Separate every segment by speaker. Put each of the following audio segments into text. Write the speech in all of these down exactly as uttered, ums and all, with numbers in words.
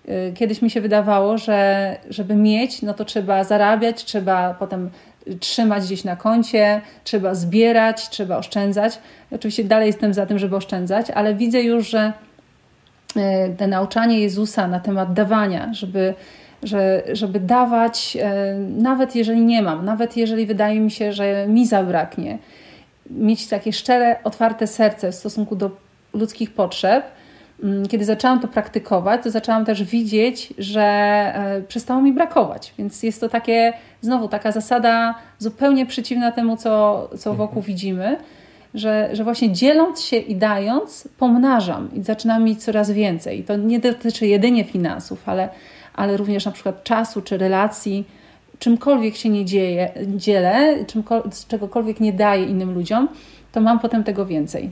Speaker 1: Kiedyś mi się wydawało, że żeby mieć, no to trzeba zarabiać, trzeba potem trzymać gdzieś na koncie, trzeba zbierać, trzeba oszczędzać. Oczywiście dalej jestem za tym, żeby oszczędzać, ale widzę już, że to nauczanie Jezusa na temat dawania, żeby, że, żeby dawać, nawet jeżeli nie mam, nawet jeżeli wydaje mi się, że mi zabraknie, mieć takie szczere, otwarte serce w stosunku do ludzkich potrzeb. Kiedy zaczęłam to praktykować, to zaczęłam też widzieć, że przestało mi brakować. Więc jest to takie, znowu taka zasada zupełnie przeciwna temu, co, co wokół widzimy, że, że właśnie dzieląc się i dając, pomnażam i zaczynam mieć coraz więcej. I to nie dotyczy jedynie finansów, ale, ale również na przykład czasu czy relacji. Czymkolwiek się nie dzieje, dzielę, czymkol- z czegokolwiek nie daję innym ludziom, to mam potem tego więcej.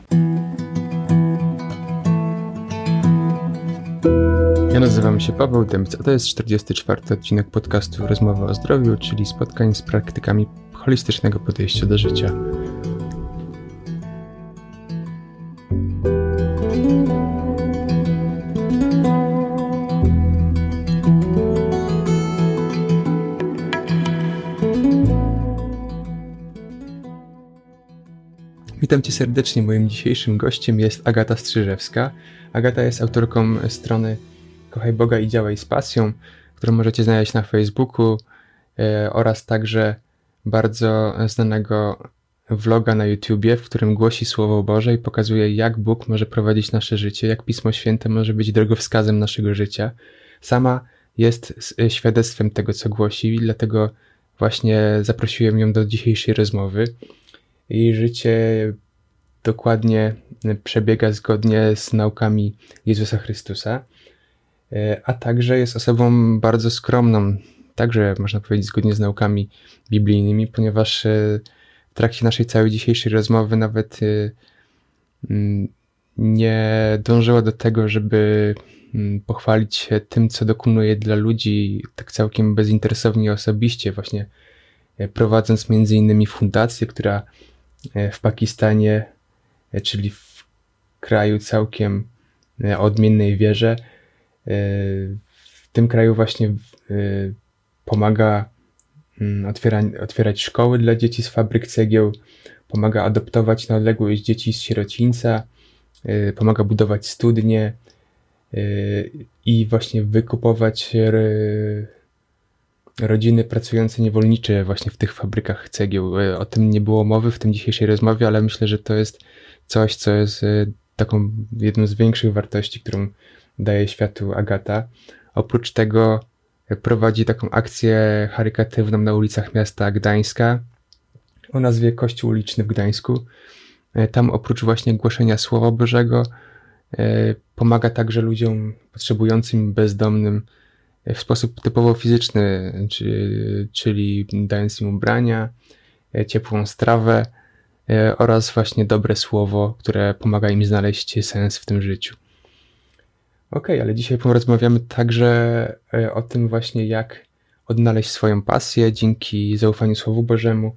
Speaker 2: Ja nazywam się Paweł Dębc, a to jest czterdziesty czwarty odcinek podcastu Rozmowa o zdrowiu, czyli spotkań z praktykami holistycznego podejścia do życia. Witam Cię serdecznie. Moim dzisiejszym gościem jest Agata Strzyżewska. Agata jest autorką strony Kochaj Boga i działaj z pasją, którą możecie znaleźć na Facebooku e, oraz także bardzo znanego vloga na YouTubie, w którym głosi Słowo Boże i pokazuje, jak Bóg może prowadzić nasze życie, jak Pismo Święte może być drogowskazem naszego życia. Sama jest świadectwem tego, co głosi, dlatego właśnie zaprosiłem ją do dzisiejszej rozmowy. Jej życie dokładnie przebiega zgodnie z naukami Jezusa Chrystusa, a także jest osobą bardzo skromną, także można powiedzieć zgodnie z naukami biblijnymi, ponieważ w trakcie naszej całej dzisiejszej rozmowy nawet nie dążyła do tego, żeby pochwalić się tym, co dokonuje dla ludzi tak całkiem bezinteresownie, osobiście, właśnie prowadząc między innymi fundację, która w Pakistanie, czyli w kraju całkiem o odmiennej wierze, w tym kraju właśnie pomaga otwierać, otwierać szkoły dla dzieci z fabryk cegieł, pomaga adoptować na odległość dzieci z sierocińca, pomaga budować studnie i właśnie wykupować rodziny pracujące niewolnicze właśnie w tych fabrykach cegieł. O tym nie było mowy w tym dzisiejszej rozmowie, ale myślę, że to jest coś, co jest taką jedną z większych wartości, którą daje światu Agata. Oprócz tego prowadzi taką akcję charytatywną na ulicach miasta Gdańska o nazwie Kościół Uliczny w Gdańsku. Tam oprócz właśnie głoszenia Słowa Bożego pomaga także ludziom potrzebującym, bezdomnym w sposób typowo fizyczny, czyli dając im ubrania, ciepłą strawę oraz właśnie dobre słowo, które pomaga im znaleźć sens w tym życiu. Okej, ale dzisiaj porozmawiamy także o tym właśnie, jak odnaleźć swoją pasję dzięki zaufaniu Słowu Bożemu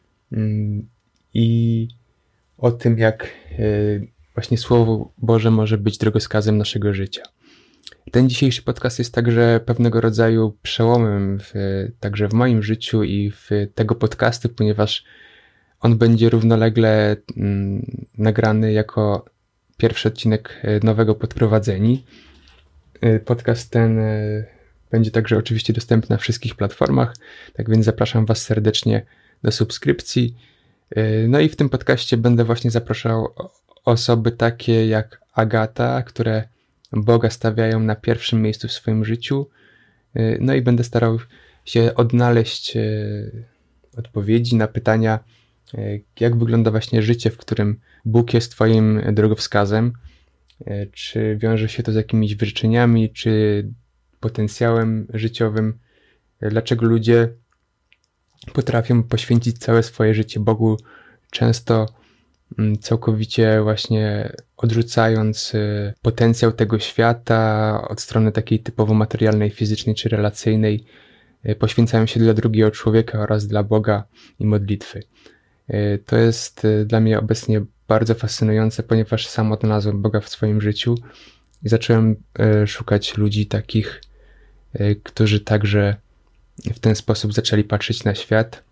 Speaker 2: i o tym, jak właśnie Słowo Boże może być drogowskazem naszego życia. Ten dzisiejszy podcast jest także pewnego rodzaju przełomem w, także w moim życiu i w tego podcastu, ponieważ on będzie równolegle mm, nagrany jako pierwszy odcinek nowego Podprowadzeni. Podcast ten będzie także oczywiście dostępny na wszystkich platformach, tak więc zapraszam Was serdecznie do subskrypcji. No i w tym podcaście będę właśnie zapraszał osoby takie jak Agata, które Boga stawiają na pierwszym miejscu w swoim życiu. No i będę starał się odnaleźć odpowiedzi na pytania, jak wygląda właśnie życie, w którym Bóg jest Twoim drogowskazem. Czy wiąże się to z jakimiś wyrzeczeniami, czy potencjałem życiowym. Dlaczego ludzie potrafią poświęcić całe swoje życie Bogu, często całkowicie właśnie odrzucając potencjał tego świata od strony takiej typowo materialnej, fizycznej czy relacyjnej, poświęcają się dla drugiego człowieka oraz dla Boga i modlitwy. To jest dla mnie obecnie bardzo fascynujące, ponieważ sam odnalazłem Boga w swoim życiu i zacząłem szukać ludzi takich, którzy także w ten sposób zaczęli patrzeć na świat.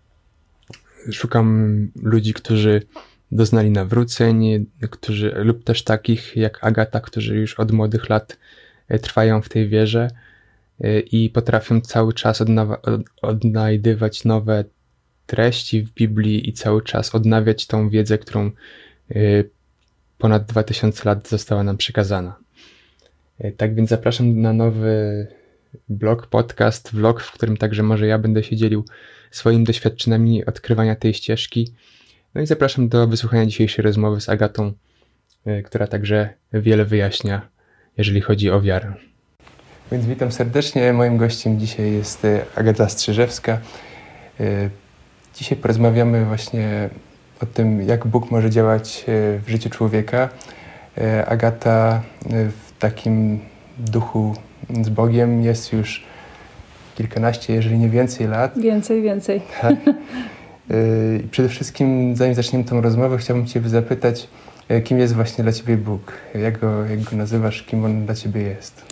Speaker 2: Szukam ludzi, którzy doznali nawróceń, którzy, lub też takich jak Agata, którzy już od młodych lat trwają w tej wierze i potrafią cały czas odnawa- odnajdywać nowe treści w Biblii i cały czas odnawiać tą wiedzę, którą ponad dwa tysiące lat została nam przekazana. Tak więc zapraszam na nowy blog, podcast, vlog, w którym także może ja będę się dzielił swoimi doświadczeniami odkrywania tej ścieżki. No i zapraszam do wysłuchania dzisiejszej rozmowy z Agatą, która także wiele wyjaśnia, jeżeli chodzi o wiarę.
Speaker 3: Więc witam serdecznie. Moim gościem dzisiaj jest Agata Strzyżewska. Dzisiaj porozmawiamy właśnie o tym, jak Bóg może działać w życiu człowieka. Agata w takim duchu z Bogiem jest już kilkanaście, jeżeli nie więcej lat.
Speaker 1: Więcej, więcej.
Speaker 3: Tak. I przede wszystkim, zanim zaczniemy tę rozmowę, chciałbym Cię zapytać, kim jest właśnie dla Ciebie Bóg? Jak go, jak go nazywasz? Kim On dla Ciebie jest?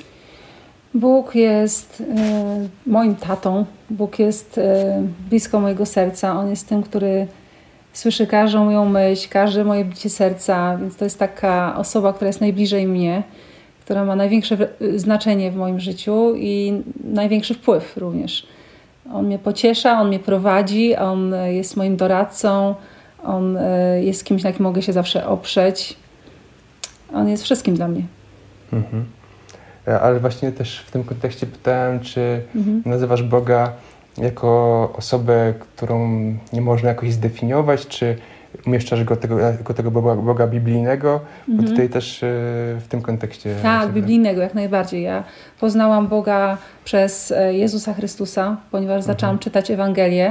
Speaker 1: Bóg jest y, moim tatą. Bóg jest y, blisko mojego serca. On jest tym, który słyszy każdą moją myśl, każde moje bicie serca, więc to jest taka osoba, która jest najbliżej mnie, która ma największe znaczenie w moim życiu i największy wpływ również. On mnie pociesza, on mnie prowadzi, on jest moim doradcą, on jest kimś, na kim mogę się zawsze oprzeć. On jest wszystkim dla mnie.
Speaker 3: Mhm. Ale właśnie też w tym kontekście pytałem, czy
Speaker 1: mhm.
Speaker 3: nazywasz Boga jako osobę, którą nie można jakoś zdefiniować, czy umieszczasz go tego, jako tego Boga, Boga biblijnego, mhm. bo tutaj też w tym kontekście...
Speaker 1: Tak,
Speaker 3: sobie...
Speaker 1: biblijnego jak najbardziej. Ja poznałam Boga przez Jezusa Chrystusa, ponieważ mhm. zaczęłam czytać Ewangelię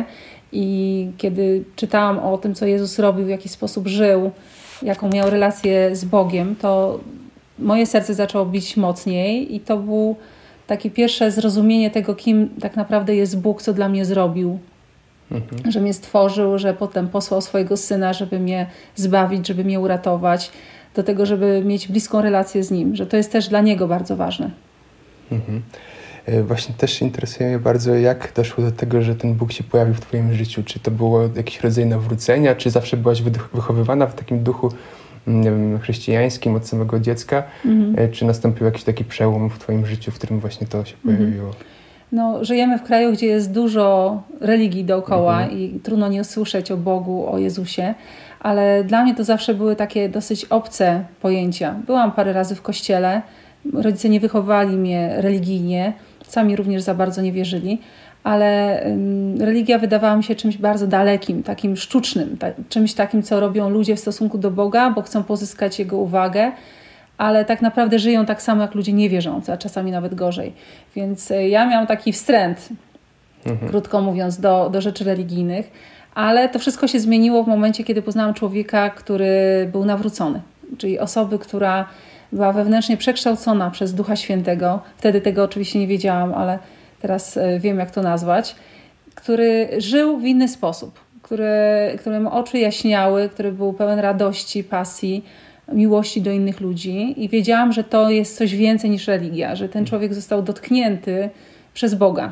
Speaker 1: i kiedy czytałam o tym, co Jezus robił, w jaki sposób żył, jaką miał relację z Bogiem, to moje serce zaczęło bić mocniej i to było takie pierwsze zrozumienie tego, kim tak naprawdę jest Bóg, co dla mnie zrobił. Mhm. Że mnie stworzył, że potem posłał swojego Syna, żeby mnie zbawić, żeby mnie uratować, do tego, żeby mieć bliską relację z Nim, że to jest też dla Niego bardzo ważne.
Speaker 3: Mhm. Właśnie też interesuje mnie bardzo, jak doszło do tego, że ten Bóg się pojawił w Twoim życiu. Czy to było jakiś rodzaj nawrócenia, czy zawsze byłaś wychowywana w takim duchu, nie wiem, chrześcijańskim od samego dziecka, mhm. czy nastąpił jakiś taki przełom w Twoim życiu, w którym właśnie to się pojawiło? Mhm.
Speaker 1: No, żyjemy w kraju, gdzie jest dużo religii dookoła mhm. i trudno nie usłyszeć o Bogu, o Jezusie, ale dla mnie to zawsze były takie dosyć obce pojęcia. Byłam parę razy w kościele, rodzice nie wychowali mnie religijnie, sami również za bardzo nie wierzyli, ale um, religia wydawała mi się czymś bardzo dalekim, takim sztucznym, ta, czymś takim, co robią ludzie w stosunku do Boga, bo chcą pozyskać Jego uwagę, ale tak naprawdę żyją tak samo jak ludzie niewierzący, a czasami nawet gorzej. Więc ja miałam taki wstręt, mhm. krótko mówiąc, do, do rzeczy religijnych, ale to wszystko się zmieniło w momencie, kiedy poznałam człowieka, który był nawrócony, czyli osoby, która była wewnętrznie przekształcona przez Ducha Świętego. Wtedy tego oczywiście nie wiedziałam, ale teraz wiem, jak to nazwać, który żył w inny sposób, który, któremu oczy jaśniały, który był pełen radości, pasji, miłości do innych ludzi i wiedziałam, że to jest coś więcej niż religia, że ten człowiek został dotknięty przez Boga.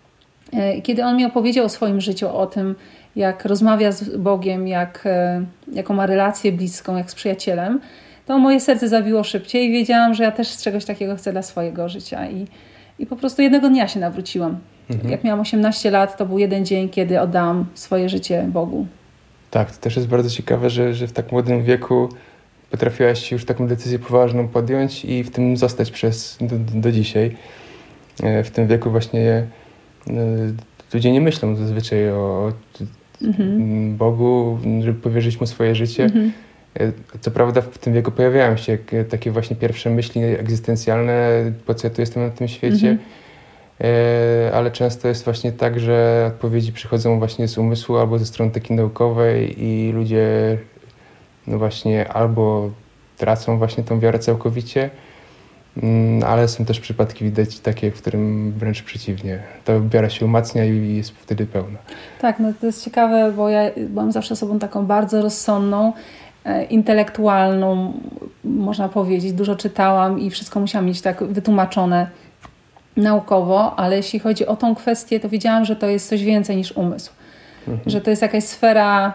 Speaker 1: Kiedy on mi opowiedział o swoim życiu, o tym, jak rozmawia z Bogiem, jak, jaką ma relację bliską, jak z przyjacielem, to moje serce zabiło szybciej i wiedziałam, że ja też czegoś takiego chcę dla swojego życia. I, i po prostu jednego dnia się nawróciłam. Mhm. Jak miałam osiemnaście lat, to był jeden dzień, kiedy oddałam swoje życie Bogu.
Speaker 3: Tak, to też jest bardzo ciekawe, że, że w tak młodym wieku potrafiłaś już taką decyzję poważną podjąć i w tym zostać przez do, do dzisiaj. W tym wieku właśnie ludzie nie myślą zazwyczaj o mhm. Bogu, żeby powierzyć Mu swoje życie. Mhm. Co prawda w tym wieku pojawiają się takie właśnie pierwsze myśli egzystencjalne, po co ja tu jestem na tym świecie, mhm. ale często jest właśnie tak, że odpowiedzi przychodzą właśnie z umysłu albo ze strony takiej naukowej i ludzie no właśnie albo tracą właśnie tą wiarę całkowicie, ale są też przypadki widać takie, w którym wręcz przeciwnie. Ta wiara się umacnia i jest wtedy pełna.
Speaker 1: Tak, no to jest ciekawe, bo ja byłam zawsze osobą taką bardzo rozsądną intelektualną, można powiedzieć. Dużo czytałam i wszystko musiałam mieć tak wytłumaczone naukowo, ale jeśli chodzi o tą kwestię, to wiedziałam, że to jest coś więcej niż umysł. Mhm. Że to jest jakaś sfera,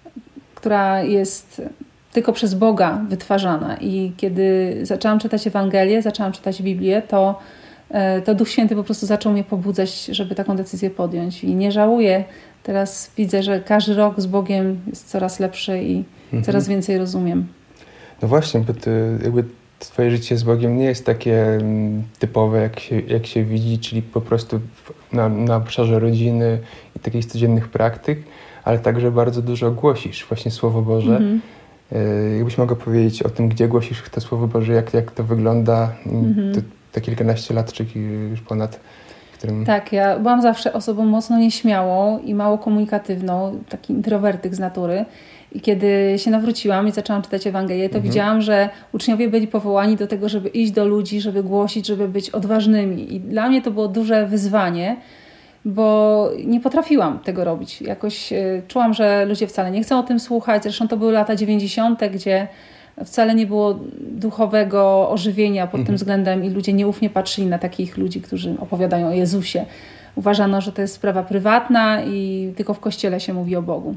Speaker 1: która jest tylko przez Boga wytwarzana. I kiedy zaczęłam czytać Ewangelię, zaczęłam czytać Biblię, to, to Duch Święty po prostu zaczął mnie pobudzać, żeby taką decyzję podjąć. I nie żałuję. Teraz widzę, że każdy rok z Bogiem jest coraz lepszy i mhm. coraz więcej rozumiem.
Speaker 3: No właśnie, bo ty, jakby twoje życie z Bogiem nie jest takie typowe, jak się, jak się widzi, czyli po prostu na, na obszarze rodziny i takich codziennych praktyk, ale także bardzo dużo głosisz właśnie Słowo Boże. Mhm. Jakbyś mogła powiedzieć o tym, gdzie głosisz to Słowo Boże, jak, jak to wygląda, mhm. te, te kilkanaście lat, czy już ponad, którym...
Speaker 1: Tak, ja byłam zawsze osobą mocno nieśmiałą i mało komunikatywną, taki introwertyk z natury. I kiedy się nawróciłam i zaczęłam czytać Ewangelię, to mhm. widziałam, że uczniowie byli powołani do tego, żeby iść do ludzi, żeby głosić, żeby być odważnymi. I dla mnie to było duże wyzwanie, bo nie potrafiłam tego robić. Jakoś y, czułam, że ludzie wcale nie chcą o tym słuchać. Zresztą to były lata dziewięćdziesiąte, gdzie wcale nie było duchowego ożywienia pod mhm. tym względem i ludzie nieufnie patrzyli na takich ludzi, którzy opowiadają o Jezusie. Uważano, że to jest sprawa prywatna i tylko w Kościele się mówi o Bogu.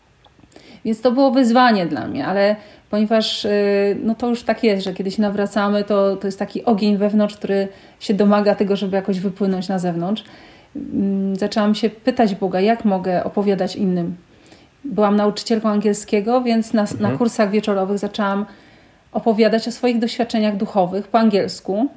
Speaker 1: Więc to było wyzwanie dla mnie, ale ponieważ no to już tak jest, że kiedy się nawracamy, to, to jest taki ogień wewnątrz, który się domaga tego, żeby jakoś wypłynąć na zewnątrz. Zaczęłam się pytać Boga, jak mogę opowiadać innym. Byłam nauczycielką angielskiego, więc na, mhm. na kursach wieczorowych zaczęłam opowiadać o swoich doświadczeniach duchowych po angielsku.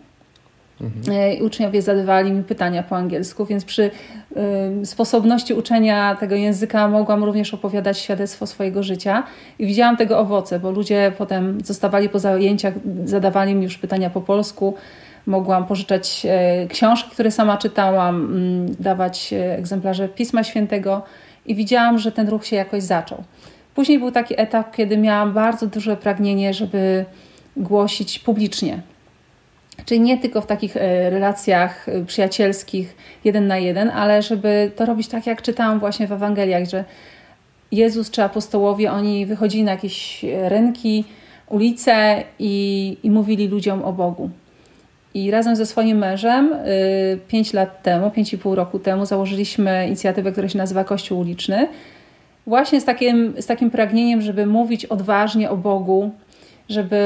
Speaker 1: Mhm. I uczniowie zadawali mi pytania po angielsku, więc przy y, sposobności uczenia tego języka mogłam również opowiadać świadectwo swojego życia i widziałam tego owoce, bo ludzie potem zostawali po zajęciach, zadawali mi już pytania po polsku. Mogłam pożyczać y, książki, które sama czytałam, y, dawać y, egzemplarze Pisma Świętego i widziałam, że ten ruch się jakoś zaczął. Później był taki etap, kiedy miałam bardzo duże pragnienie, żeby głosić publicznie. Czyli nie tylko w takich relacjach przyjacielskich jeden na jeden, ale żeby to robić tak, jak czytałam właśnie w Ewangeliach, że Jezus czy apostołowie, oni wychodzili na jakieś rynki, ulice i, i mówili ludziom o Bogu. I razem ze swoim mężem pięć lat temu, pięć i pół roku temu założyliśmy inicjatywę, która się nazywa Kościół Uliczny. Właśnie z takim, z takim pragnieniem, żeby mówić odważnie o Bogu, żeby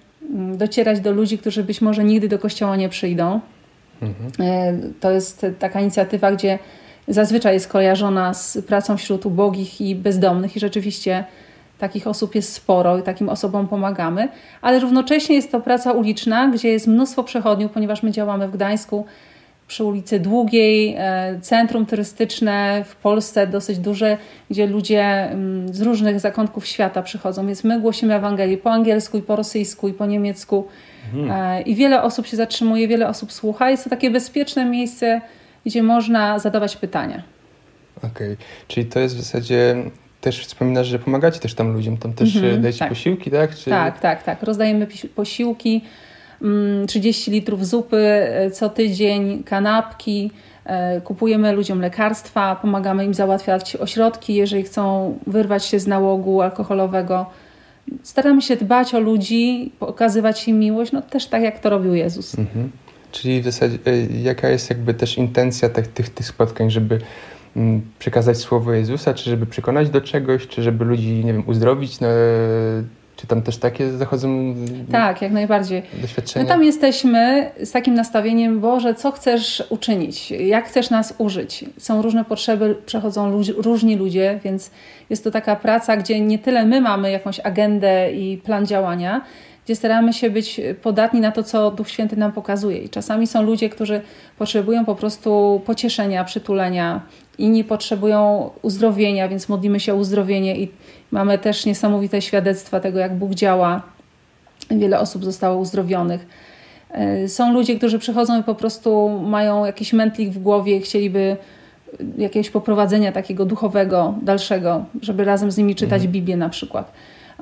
Speaker 1: docierać do ludzi, którzy być może nigdy do kościoła nie przyjdą. Mhm. To jest taka inicjatywa, gdzie zazwyczaj jest kojarzona z pracą wśród ubogich i bezdomnych i rzeczywiście takich osób jest sporo i takim osobom pomagamy, ale równocześnie jest to praca uliczna, gdzie jest mnóstwo przechodniów, ponieważ my działamy w Gdańsku przy ulicy Długiej, centrum turystyczne w Polsce dosyć duże, gdzie ludzie z różnych zakątków świata przychodzą. Więc my głosimy Ewangelię po angielsku i po rosyjsku i po niemiecku. Mhm. I wiele osób się zatrzymuje, wiele osób słucha. Jest to takie bezpieczne miejsce, gdzie można zadawać pytania.
Speaker 3: Okej, okay. Czyli to jest w zasadzie... Też wspominasz, że pomagacie też tam ludziom, tam też mhm, dajecie tak. posiłki, tak? Czy...
Speaker 1: Tak, tak, tak. Rozdajemy posiłki, trzydzieści litrów zupy co tydzień, kanapki, kupujemy ludziom lekarstwa, pomagamy im załatwiać ośrodki, jeżeli chcą wyrwać się z nałogu alkoholowego. Staramy się dbać o ludzi, pokazywać im miłość, no też tak jak to robił Jezus. Mhm.
Speaker 3: Czyli w zasadzie jaka jest jakby też intencja tych, tych, tych spotkań, żeby przekazać słowo Jezusa, czy żeby przekonać do czegoś, czy żeby ludzi, nie wiem, uzdrowić, no, czy tam też takie zachodzą
Speaker 1: tak, jak najbardziej.
Speaker 3: Doświadczenia?
Speaker 1: My tam jesteśmy z takim nastawieniem, Boże, co chcesz uczynić, jak chcesz nas użyć. Są różne potrzeby, przechodzą ludzi, różni ludzie, więc jest to taka praca, gdzie nie tyle my mamy jakąś agendę i plan działania, gdzie staramy się być podatni na to, co Duch Święty nam pokazuje. I czasami są ludzie, którzy potrzebują po prostu pocieszenia, przytulenia, inni potrzebują uzdrowienia, więc modlimy się o uzdrowienie i mamy też niesamowite świadectwa tego, jak Bóg działa. Wiele osób zostało uzdrowionych. Są ludzie, którzy przychodzą i po prostu mają jakiś mętlik w głowie i chcieliby jakiegoś poprowadzenia takiego duchowego, dalszego, żeby razem z nimi czytać mhm. Biblię na przykład.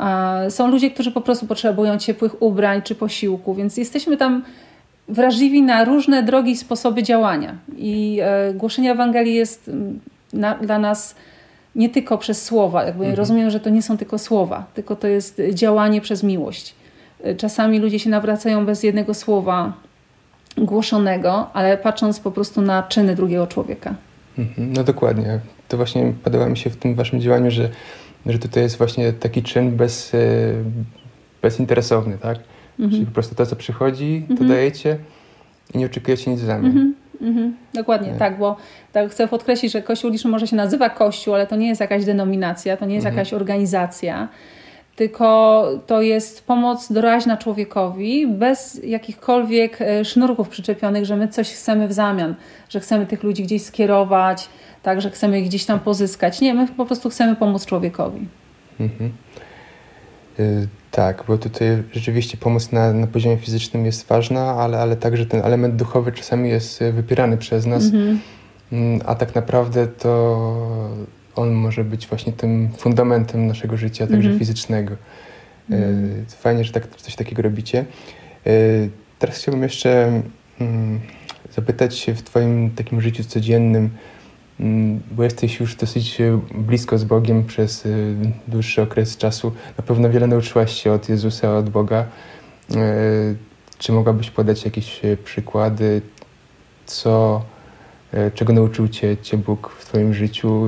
Speaker 1: Są ludzie, którzy po prostu potrzebują ciepłych ubrań czy posiłku, więc jesteśmy tam wrażliwi na różne drogi i sposoby działania. I e, głoszenie Ewangelii jest na, dla nas nie tylko przez słowa. Jakby mhm. rozumiem, że to nie są tylko słowa, tylko to jest działanie przez miłość. Czasami ludzie się nawracają bez jednego słowa głoszonego, ale patrząc po prostu na czyny drugiego człowieka.
Speaker 3: Mhm. No dokładnie. To właśnie podoba mi się w tym waszym działaniu, że, że tutaj jest właśnie taki czyn bez, bezinteresowny, tak? Mhm. Czyli po prostu to, co przychodzi, to mhm. dajecie i nie oczekujecie nic w zamian.
Speaker 1: Mhm. Mhm. Dokładnie, nie. tak, bo tak chcę podkreślić, że Kościół liczny może się nazywa Kościół, ale to nie jest jakaś denominacja, to nie jest mhm. jakaś organizacja, tylko to jest pomoc doraźna człowiekowi bez jakichkolwiek sznurków przyczepionych, że my coś chcemy w zamian, że chcemy tych ludzi gdzieś skierować, tak, że chcemy ich gdzieś tam pozyskać. Nie, my po prostu chcemy pomóc człowiekowi. Mhm.
Speaker 3: Y- tak, bo tutaj rzeczywiście pomoc na, na poziomie fizycznym jest ważna, ale, ale także ten element duchowy czasami jest wypierany przez nas, mm-hmm. a tak naprawdę to on może być właśnie tym fundamentem naszego życia, także mm-hmm. fizycznego. Mm-hmm. Fajnie, że tak, coś takiego robicie. Teraz chciałbym jeszcze zapytać się w twoim takim życiu codziennym, bo jesteś już dosyć blisko z Bogiem przez dłuższy okres czasu. Na pewno wiele nauczyłaś się od Jezusa, od Boga. Czy mogłabyś podać jakieś przykłady, co, czego nauczył cię, cię Bóg w twoim życiu?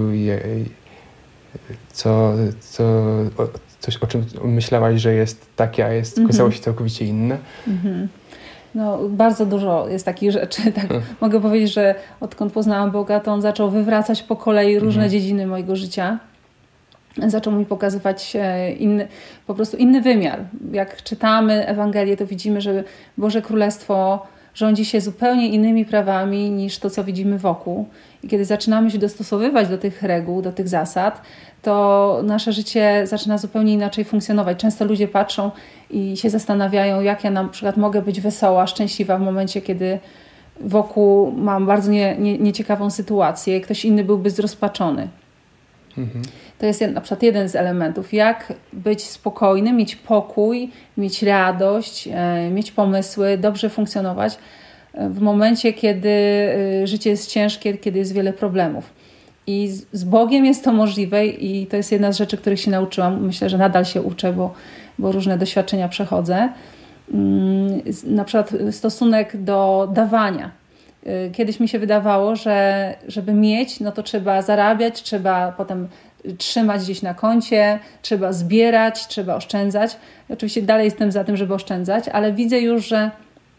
Speaker 3: Co, co, coś, o czym myślałaś, że jest takie, a jest, okazało się całkowicie inne?
Speaker 1: Mhm. No, bardzo dużo jest takich rzeczy. Tak. Hmm. Mogę powiedzieć, że odkąd poznałam Boga, to On zaczął wywracać po kolei różne hmm. dziedziny mojego życia. Zaczął mi pokazywać inny, po prostu inny wymiar. Jak czytamy Ewangelię, to widzimy, że Boże Królestwo rządzi się zupełnie innymi prawami niż to, co widzimy wokół. I kiedy zaczynamy się dostosowywać do tych reguł, do tych zasad, to nasze życie zaczyna zupełnie inaczej funkcjonować. Często ludzie patrzą i się zastanawiają, jak ja na przykład mogę być wesoła, szczęśliwa w momencie, kiedy wokół mam bardzo nie, nie, nieciekawą sytuację, ktoś inny byłby zrozpaczony. Mhm. To jest na przykład jeden z elementów, jak być spokojnym, mieć pokój, mieć radość, e, mieć pomysły, dobrze funkcjonować w momencie, kiedy życie jest ciężkie, kiedy jest wiele problemów. I z, z Bogiem jest to możliwe i to jest jedna z rzeczy, których się nauczyłam. Myślę, że nadal się uczę, bo, bo różne doświadczenia przechodzę. Mm, na przykład stosunek do dawania. Kiedyś mi się wydawało, że żeby mieć, no to trzeba zarabiać, trzeba potem trzymać gdzieś na koncie, trzeba zbierać, trzeba oszczędzać. Oczywiście dalej jestem za tym, żeby oszczędzać, ale widzę już, że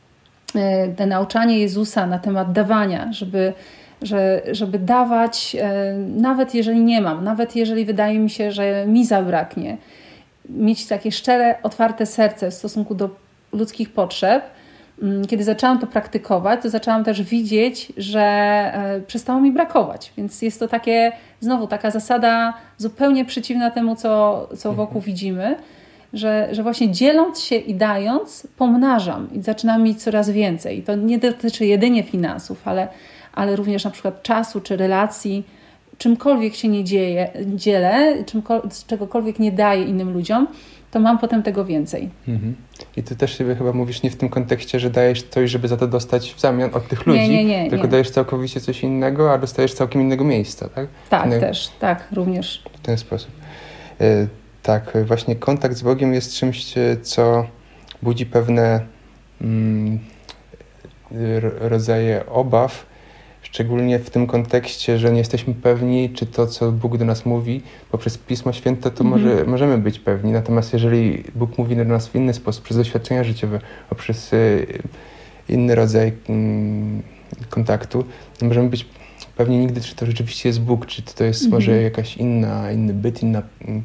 Speaker 1: te nauczanie Jezusa na temat dawania, żeby, że, żeby dawać, nawet jeżeli nie mam, nawet jeżeli wydaje mi się, że mi zabraknie, mieć takie szczere, otwarte serce w stosunku do ludzkich potrzeb. Kiedy zaczęłam to praktykować, to zaczęłam też widzieć, że przestało mi brakować. Więc jest to takie, znowu taka zasada zupełnie przeciwna temu, co, co wokół widzimy, że, że właśnie dzieląc się i dając, pomnażam i zaczynam mieć coraz więcej. I to nie dotyczy jedynie finansów, ale, ale również na przykład czasu czy relacji. Czymkolwiek się nie dzieje, dzielę, czymkol- czegokolwiek nie daję innym ludziom, to mam potem tego więcej. Mhm.
Speaker 3: I ty też sobie chyba mówisz nie w tym kontekście, że dajesz coś, żeby za to dostać w zamian od tych ludzi,
Speaker 1: nie, nie, nie,
Speaker 3: tylko
Speaker 1: nie.
Speaker 3: dajesz całkowicie coś innego, a dostajesz całkiem innego miejsca, tak?
Speaker 1: Tak, Inne... też, tak, również.
Speaker 3: W ten sposób. Y- tak, właśnie kontakt z Bogiem jest czymś, co budzi pewne mm, rodzaje obaw, szczególnie w tym kontekście, że nie jesteśmy pewni, czy to, co Bóg do nas mówi poprzez Pismo Święte, to może, mm-hmm. możemy być pewni. Natomiast jeżeli Bóg mówi do nas w inny sposób, przez doświadczenia życiowe, poprzez y, inny rodzaj y, kontaktu, to możemy być pewni nigdy, czy to rzeczywiście jest Bóg, czy to jest mm-hmm. może jakaś inna, inny byt, inna,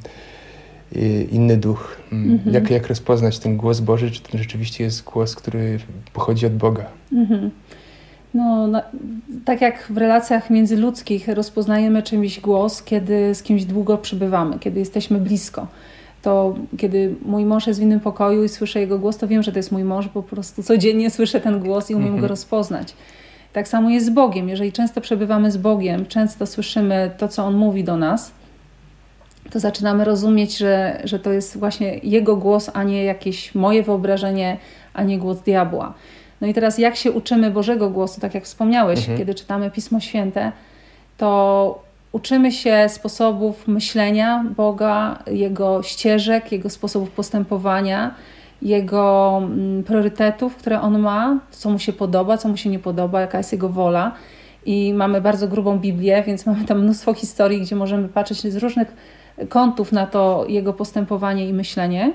Speaker 3: y, inny duch. Mm-hmm. Jak, jak rozpoznać ten głos Boży, czy to rzeczywiście jest głos, który pochodzi od Boga?
Speaker 1: Mm-hmm. No, no, tak jak w relacjach międzyludzkich rozpoznajemy czymś głos, kiedy z kimś długo przybywamy, kiedy jesteśmy blisko. To kiedy mój mąż jest w innym pokoju i słyszę jego głos, to wiem, że to jest mój mąż, bo po prostu codziennie słyszę ten głos i umiem mm-hmm. go rozpoznać. Tak samo jest z Bogiem. Jeżeli często przebywamy z Bogiem, często słyszymy to, co On mówi do nas, to zaczynamy rozumieć, że, że to jest właśnie Jego głos, a nie jakieś moje wyobrażenie, a nie głos diabła. No i teraz jak się uczymy Bożego głosu, tak jak wspomniałeś, mhm. kiedy czytamy Pismo Święte, to uczymy się sposobów myślenia Boga, Jego ścieżek, Jego sposobów postępowania, Jego priorytetów, które On ma, co Mu się podoba, co Mu się nie podoba, jaka jest Jego wola. I mamy bardzo grubą Biblię, więc mamy tam mnóstwo historii, gdzie możemy patrzeć z różnych kątów na to Jego postępowanie i myślenie.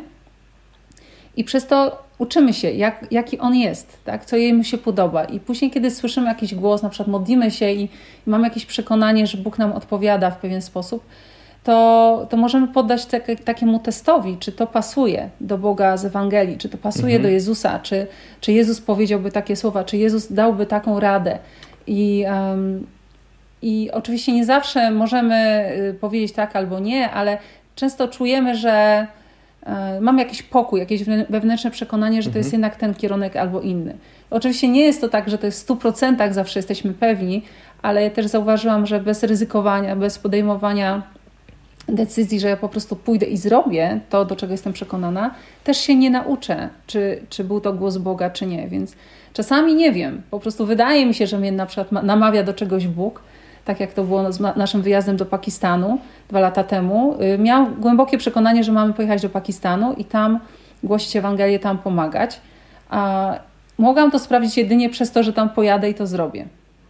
Speaker 1: I przez to uczymy się, jak, jaki On jest, tak? Co Jemu się podoba. I później, kiedy słyszymy jakiś głos, na przykład modlimy się i, i mamy jakieś przekonanie, że Bóg nam odpowiada w pewien sposób, to, to możemy poddać te, takiemu testowi, czy to pasuje do Boga z Ewangelii, czy to pasuje mhm. do Jezusa, czy, czy Jezus powiedziałby takie słowa, czy Jezus dałby taką radę. I, um, I oczywiście nie zawsze możemy powiedzieć tak albo nie, ale często czujemy, że um, mamy jakiś pokój, jakieś wewnętrzne przekonanie, że mhm. to jest jednak ten kierunek albo inny. Oczywiście nie jest to tak, że to jest w stu procentach zawsze jesteśmy pewni, ale ja też zauważyłam, że bez ryzykowania, bez podejmowania decyzji, że ja po prostu pójdę i zrobię to, do czego jestem przekonana, też się nie nauczę, czy, czy był to głos Boga, czy nie. Więc czasami nie wiem. Po prostu wydaje mi się, że mnie na przykład namawia do czegoś Bóg, tak jak to było z naszym wyjazdem do Pakistanu dwa lata temu. Miałam głębokie przekonanie, że mamy pojechać do Pakistanu i tam głosić Ewangelię, tam pomagać. A mogłam to sprawdzić jedynie przez to, że tam pojadę i to zrobię.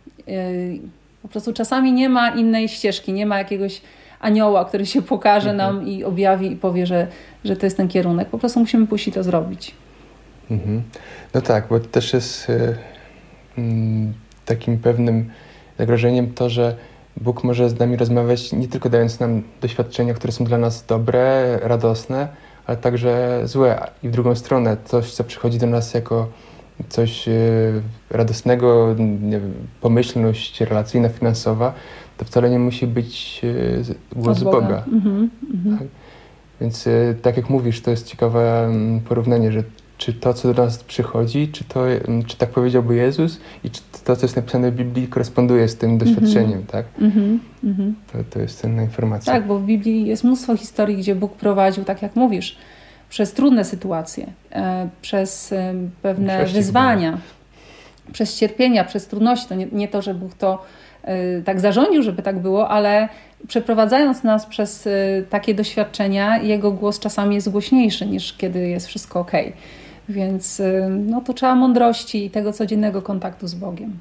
Speaker 1: Po prostu czasami nie ma innej ścieżki, nie ma jakiegoś anioła, który się pokaże mhm. nam i objawi i powie, że, że to jest ten kierunek. Po prostu musimy pójść i to zrobić.
Speaker 3: Mhm. No tak, bo też jest y, y, takim pewnym zagrożeniem to, że Bóg może z nami rozmawiać nie tylko dając nam doświadczenia, które są dla nas dobre, radosne, ale także złe. I w drugą stronę coś, co przychodzi do nas jako coś y, radosnego, nie wiem, pomyślność relacyjna, finansowa, to wcale nie musi być y, głos z Boga. Boga. Mm-hmm, mm-hmm. Tak? Więc y, tak jak mówisz, to jest ciekawe um, porównanie, że czy to, co do nas przychodzi, czy to, um, czy tak powiedziałby Jezus i czy to, co jest napisane w Biblii, koresponduje z tym doświadczeniem, mm-hmm. tak? Mm-hmm, mm-hmm. To, to jest cenna informacja.
Speaker 1: Tak, bo w Biblii jest mnóstwo historii, gdzie Bóg prowadził, tak jak mówisz, przez trudne sytuacje, e, przez e, pewne Prześcig, wyzwania, no. przez cierpienia, przez trudności. To nie, nie to, że Bóg to e, tak zarządził, żeby tak było, ale przeprowadzając nas przez e, takie doświadczenia, Jego głos czasami jest głośniejszy niż kiedy jest wszystko okej. Więc e, no, to trzeba mądrości i tego codziennego kontaktu z Bogiem.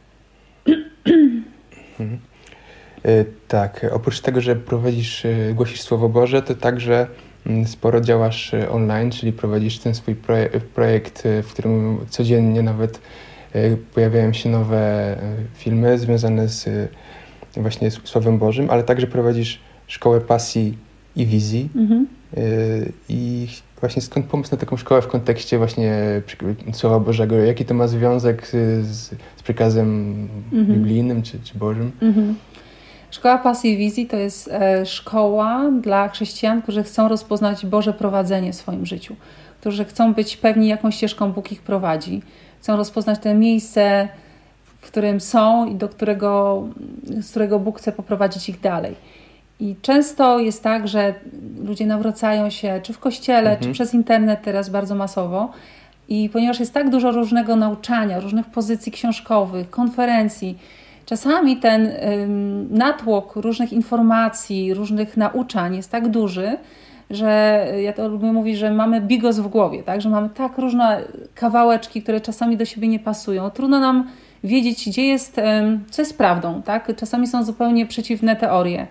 Speaker 3: Mhm. E, tak, oprócz tego, że prowadzisz, głosisz Słowo Boże, to także sporo działasz online, czyli prowadzisz ten swój projekt, w którym codziennie nawet pojawiają się nowe filmy związane z właśnie Słowem Bożym, ale także prowadzisz Szkołę Pasji i Wizji. Mhm. I właśnie skąd pomysł na taką szkołę w kontekście właśnie Słowa Bożego? Jaki to ma związek z, z przekazem mhm. biblijnym czy, czy Bożym? Mhm.
Speaker 1: Szkoła Pasji i Wizji to jest e, szkoła dla chrześcijan, którzy chcą rozpoznać Boże prowadzenie w swoim życiu, którzy chcą być pewni, jaką ścieżką Bóg ich prowadzi, chcą rozpoznać to miejsce, w którym są i do którego, z którego Bóg chce poprowadzić ich dalej. I często jest tak, że ludzie nawracają się czy w kościele, mhm. czy przez internet teraz bardzo masowo i ponieważ jest tak dużo różnego nauczania, różnych pozycji książkowych, konferencji, czasami ten ym, natłok różnych informacji, różnych nauczań jest tak duży, że ja to lubię mówić, że mamy bigos w głowie, tak? Że mamy tak różne kawałeczki, które czasami do siebie nie pasują. Trudno nam wiedzieć, gdzie jest, ym, co jest prawdą, tak? Czasami są zupełnie przeciwne teorie.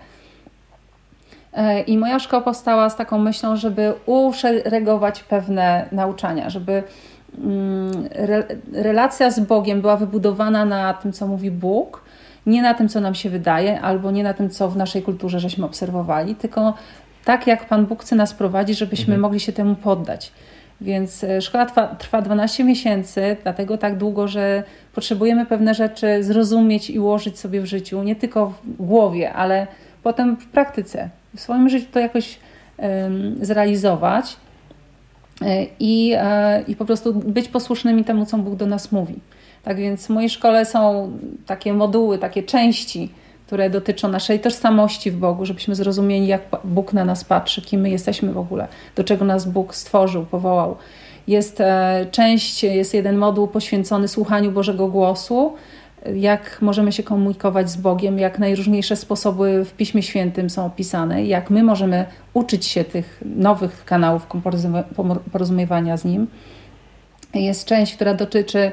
Speaker 1: I moja szkoła powstała z taką myślą, żeby uszeregować pewne nauczania, żeby re, relacja z Bogiem była wybudowana na tym, co mówi Bóg, nie na tym, co nam się wydaje, albo nie na tym, co w naszej kulturze żeśmy obserwowali, tylko tak, jak Pan Bóg chce nas prowadzić, żebyśmy mhm. mogli się temu poddać. Więc szkoła trwa, trwa dwanaście miesięcy, dlatego tak długo, że potrzebujemy pewne rzeczy zrozumieć i ułożyć sobie w życiu, nie tylko w głowie, ale potem w praktyce. W swoim życiu to jakoś um, zrealizować i, e, i po prostu być posłusznymi temu, co Bóg do nas mówi. Tak więc w mojej szkole są takie moduły, takie części, które dotyczą naszej tożsamości w Bogu, żebyśmy zrozumieli, jak Bóg na nas patrzy, kim my jesteśmy w ogóle, do czego nas Bóg stworzył, powołał. Jest e, część, jest jeden moduł poświęcony słuchaniu Bożego głosu, jak możemy się komunikować z Bogiem, jak najróżniejsze sposoby w Piśmie Świętym są opisane, jak my możemy uczyć się tych nowych kanałów porozumiewania z Nim. Jest część, która dotyczy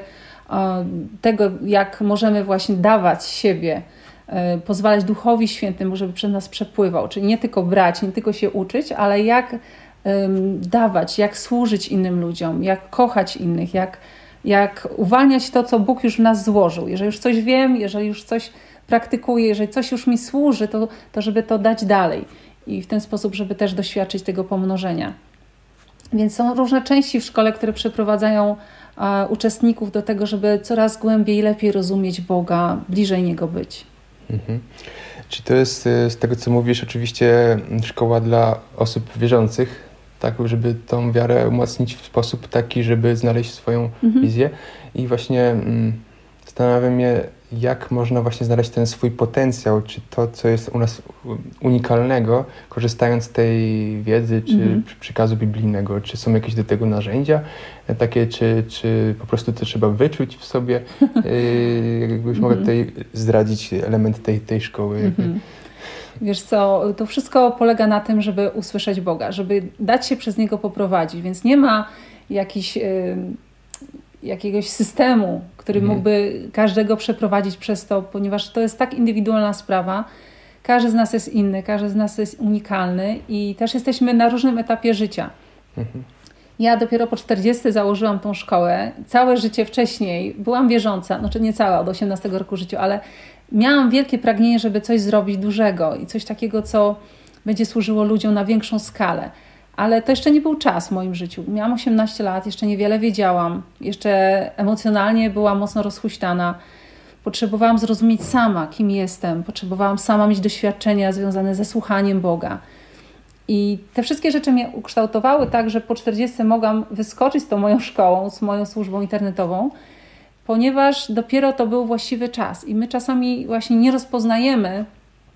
Speaker 1: tego, jak możemy właśnie dawać siebie, pozwalać Duchowi Świętemu, żeby przez nas przepływał. Czyli nie tylko brać, nie tylko się uczyć, ale jak dawać, jak służyć innym ludziom, jak kochać innych, jak, jak uwalniać to, co Bóg już w nas złożył. Jeżeli już coś wiem, jeżeli już coś praktykuję, jeżeli coś już mi służy, to, to żeby to dać dalej. I w ten sposób, żeby też doświadczyć tego pomnożenia. Więc są różne części w szkole, które przeprowadzają a, uczestników do tego, żeby coraz głębiej i lepiej rozumieć Boga, bliżej Niego być.
Speaker 3: Mhm. Czy to jest, z tego co mówisz, oczywiście szkoła dla osób wierzących, tak, żeby tą wiarę umocnić w sposób taki, żeby znaleźć swoją mhm. wizję. I właśnie mm, zastanawiam się, jak można właśnie znaleźć ten swój potencjał, czy to, co jest u nas unikalnego, korzystając z tej wiedzy, czy mhm. przekazu biblijnego, czy są jakieś do tego narzędzia takie, czy, czy po prostu to trzeba wyczuć w sobie. Yy, jakbyś mogła tutaj zdradzić element tej, tej szkoły.
Speaker 1: Mhm. Wiesz co, to wszystko polega na tym, żeby usłyszeć Boga, żeby dać się przez Niego poprowadzić, więc nie ma jakiś, y, jakiegoś systemu, który mhm. mógłby każdego przeprowadzić przez to, ponieważ to jest tak indywidualna sprawa. Każdy z nas jest inny, każdy z nas jest unikalny i też jesteśmy na różnym etapie życia. Mhm. Ja dopiero po czterdziestce założyłam tą szkołę. Całe życie wcześniej byłam wierząca, znaczy nie całe, od osiemnastego roku życia, ale miałam wielkie pragnienie, żeby coś zrobić dużego i coś takiego, co będzie służyło ludziom na większą skalę. Ale to jeszcze nie był czas w moim życiu. Miałam osiemnaście lat, jeszcze niewiele wiedziałam, jeszcze emocjonalnie byłam mocno rozhuśtana. Potrzebowałam zrozumieć sama, kim jestem. Potrzebowałam sama mieć doświadczenia związane ze słuchaniem Boga. I te wszystkie rzeczy mnie ukształtowały tak, że po czterdziestce mogłam wyskoczyć z tą moją szkołą, z moją służbą internetową, ponieważ dopiero to był właściwy czas. I my czasami właśnie nie rozpoznajemy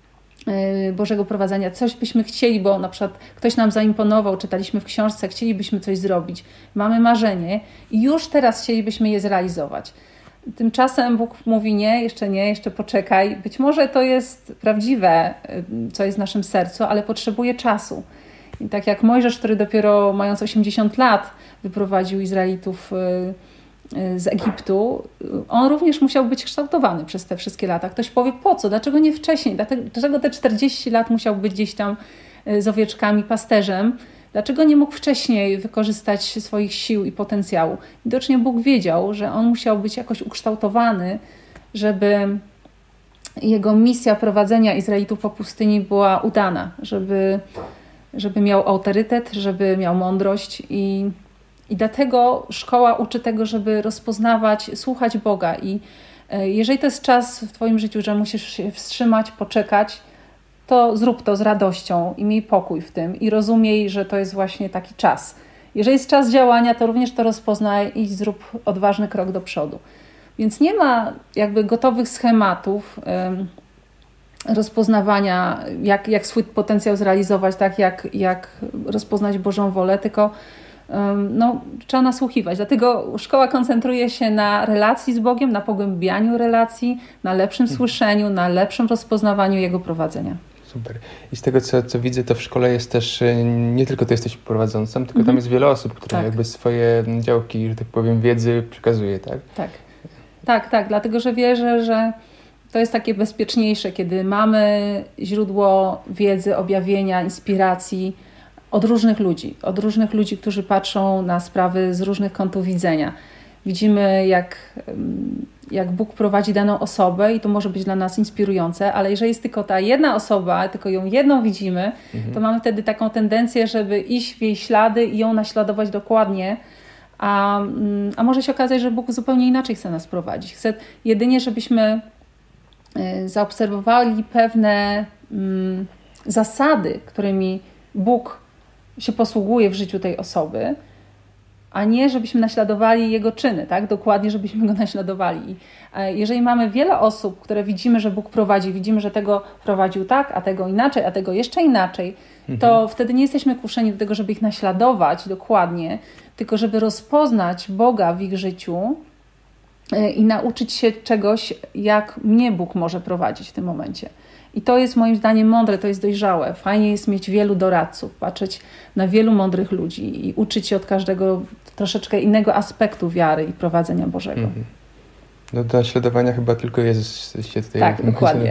Speaker 1: Bożego prowadzenia. Coś byśmy chcieli, bo na przykład ktoś nam zaimponował, czytaliśmy w książce, chcielibyśmy coś zrobić, mamy marzenie i już teraz chcielibyśmy je zrealizować. Tymczasem Bóg mówi nie, jeszcze nie, jeszcze poczekaj. Być może to jest prawdziwe, co jest w naszym sercu, ale potrzebuje czasu. I tak jak Mojżesz, który dopiero mając osiemdziesiąt lat wyprowadził Izraelitów z Egiptu, on również musiał być kształtowany przez te wszystkie lata. Ktoś powie, po co? Dlaczego nie wcześniej? Dlaczego te czterdzieści lat musiał być gdzieś tam z owieczkami pasterzem? Dlaczego nie mógł wcześniej wykorzystać swoich sił i potencjału? Widocznie Bóg wiedział, że on musiał być jakoś ukształtowany, żeby jego misja prowadzenia Izraelitów po pustyni była udana, żeby, żeby miał autorytet, żeby miał mądrość i I dlatego szkoła uczy tego, żeby rozpoznawać, słuchać Boga. I jeżeli to jest czas w Twoim życiu, że musisz się wstrzymać, poczekać, to zrób to z radością i miej pokój w tym i rozumiej, że to jest właśnie taki czas. Jeżeli jest czas działania, to również to rozpoznaj i zrób odważny krok do przodu. Więc nie ma jakby gotowych schematów um, rozpoznawania, jak, jak swój potencjał zrealizować, tak jak, jak rozpoznać Bożą wolę, tylko no, trzeba nasłuchiwać. Dlatego szkoła koncentruje się na relacji z Bogiem, na pogłębianiu relacji, na lepszym hmm. słyszeniu, na lepszym rozpoznawaniu Jego prowadzenia.
Speaker 3: Super. I z tego, co, co widzę, to w szkole jest też, nie tylko Ty jesteś prowadzącą, tylko mm-hmm. tam jest wiele osób, które tak. jakby swoje działki, że tak powiem, wiedzy przekazuje, tak?
Speaker 1: Tak. Tak, tak. Dlatego, że wierzę, że to jest takie bezpieczniejsze, kiedy mamy źródło wiedzy, objawienia, inspiracji, od różnych ludzi, od różnych ludzi, którzy patrzą na sprawy z różnych kątów widzenia. Widzimy, jak, jak Bóg prowadzi daną osobę i to może być dla nas inspirujące, ale jeżeli jest tylko ta jedna osoba, tylko ją jedną widzimy, mhm. to mamy wtedy taką tendencję, żeby iść w jej ślady i ją naśladować dokładnie, a, a może się okazać, że Bóg zupełnie inaczej chce nas prowadzić. Chce jedynie, żebyśmy zaobserwowali pewne um, zasady, którymi Bóg się posługuje w życiu tej osoby, a nie żebyśmy naśladowali jego czyny, tak? Dokładnie, żebyśmy go naśladowali. I jeżeli mamy wiele osób, które widzimy, że Bóg prowadzi, widzimy, że tego prowadził tak, a tego inaczej, a tego jeszcze inaczej, mhm. to wtedy nie jesteśmy kuszeni do tego, żeby ich naśladować dokładnie, tylko żeby rozpoznać Boga w ich życiu i nauczyć się czegoś, jak mnie Bóg może prowadzić w tym momencie. I to jest moim zdaniem mądre, to jest dojrzałe. Fajnie jest mieć wielu doradców, patrzeć na wielu mądrych ludzi i uczyć się od każdego troszeczkę innego aspektu wiary i prowadzenia Bożego. Mhm.
Speaker 3: No do naśladowania chyba tylko Jezus się tutaj...
Speaker 1: Tak, dokładnie.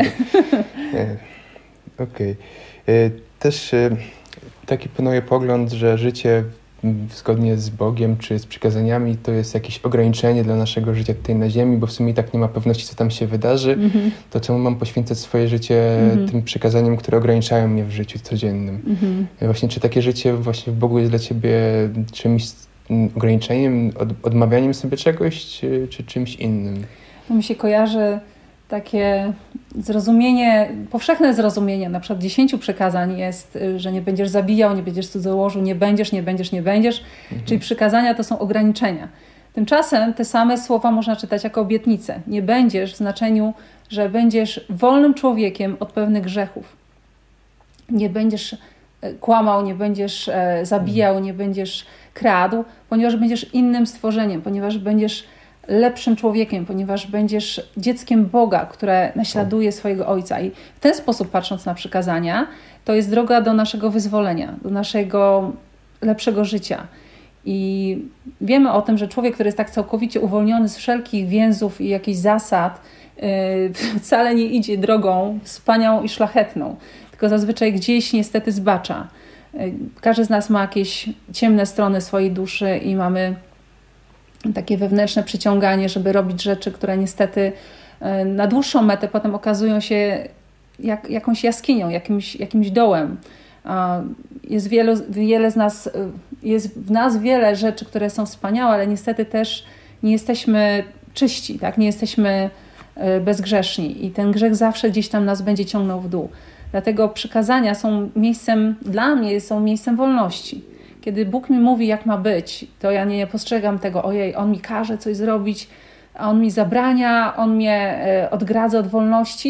Speaker 3: Okej. Okay. Też taki panuje pogląd, że życie zgodnie z Bogiem czy z przykazaniami to jest jakieś ograniczenie dla naszego życia tutaj na ziemi, bo w sumie i tak nie ma pewności, co tam się wydarzy, mm-hmm. to czemu mam poświęcać swoje życie mm-hmm. tym przykazaniom, które ograniczają mnie w życiu codziennym. Mm-hmm. Właśnie czy takie życie właśnie w Bogu jest dla ciebie czymś ograniczeniem, od, odmawianiem sobie czegoś, czy, czy czymś innym?
Speaker 1: To mi się kojarzy takie zrozumienie, powszechne zrozumienie, na przykład dziesięciu przykazań jest, że nie będziesz zabijał, nie będziesz cudzołożył, nie będziesz, nie będziesz, nie będziesz, mhm. czyli przykazania to są ograniczenia. Tymczasem te same słowa można czytać jako obietnice. Nie będziesz w znaczeniu, że będziesz wolnym człowiekiem od pewnych grzechów. Nie będziesz kłamał, nie będziesz zabijał, nie będziesz kradł, ponieważ będziesz innym stworzeniem, ponieważ będziesz lepszym człowiekiem, ponieważ będziesz dzieckiem Boga, które naśladuje swojego Ojca. I w ten sposób, patrząc na przykazania, to jest droga do naszego wyzwolenia, do naszego lepszego życia. I wiemy o tym, że człowiek, który jest tak całkowicie uwolniony z wszelkich więzów i jakichś zasad, yy, wcale nie idzie drogą wspaniałą i szlachetną, tylko zazwyczaj gdzieś niestety zbacza. Yy, każdy z nas ma jakieś ciemne strony swojej duszy i mamy takie wewnętrzne przyciąganie, żeby robić rzeczy, które niestety na dłuższą metę potem okazują się jak, jakąś jaskinią, jakimś, jakimś dołem. Jest wielu, wiele z nas, jest w nas wiele rzeczy, które są wspaniałe, ale niestety też nie jesteśmy czyści, tak? Nie jesteśmy bezgrzeszni i ten grzech zawsze gdzieś tam nas będzie ciągnął w dół. Dlatego przykazania są miejscem, dla mnie są miejscem wolności. Kiedy Bóg mi mówi, jak ma być, to ja nie postrzegam tego, ojej, On mi każe coś zrobić, a On mi zabrania, On mnie odgradza od wolności.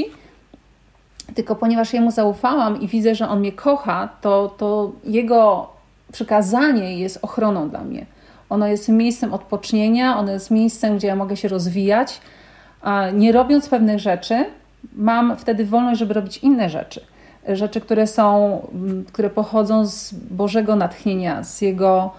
Speaker 1: Tylko ponieważ Jemu zaufałam i widzę, że On mnie kocha, to, to Jego przykazanie jest ochroną dla mnie. Ono jest miejscem odpocznienia, ono jest miejscem, gdzie ja mogę się rozwijać. A nie robiąc pewnych rzeczy, mam wtedy wolność, żeby robić inne rzeczy. Rzeczy, które są, które pochodzą z Bożego natchnienia, z Jego,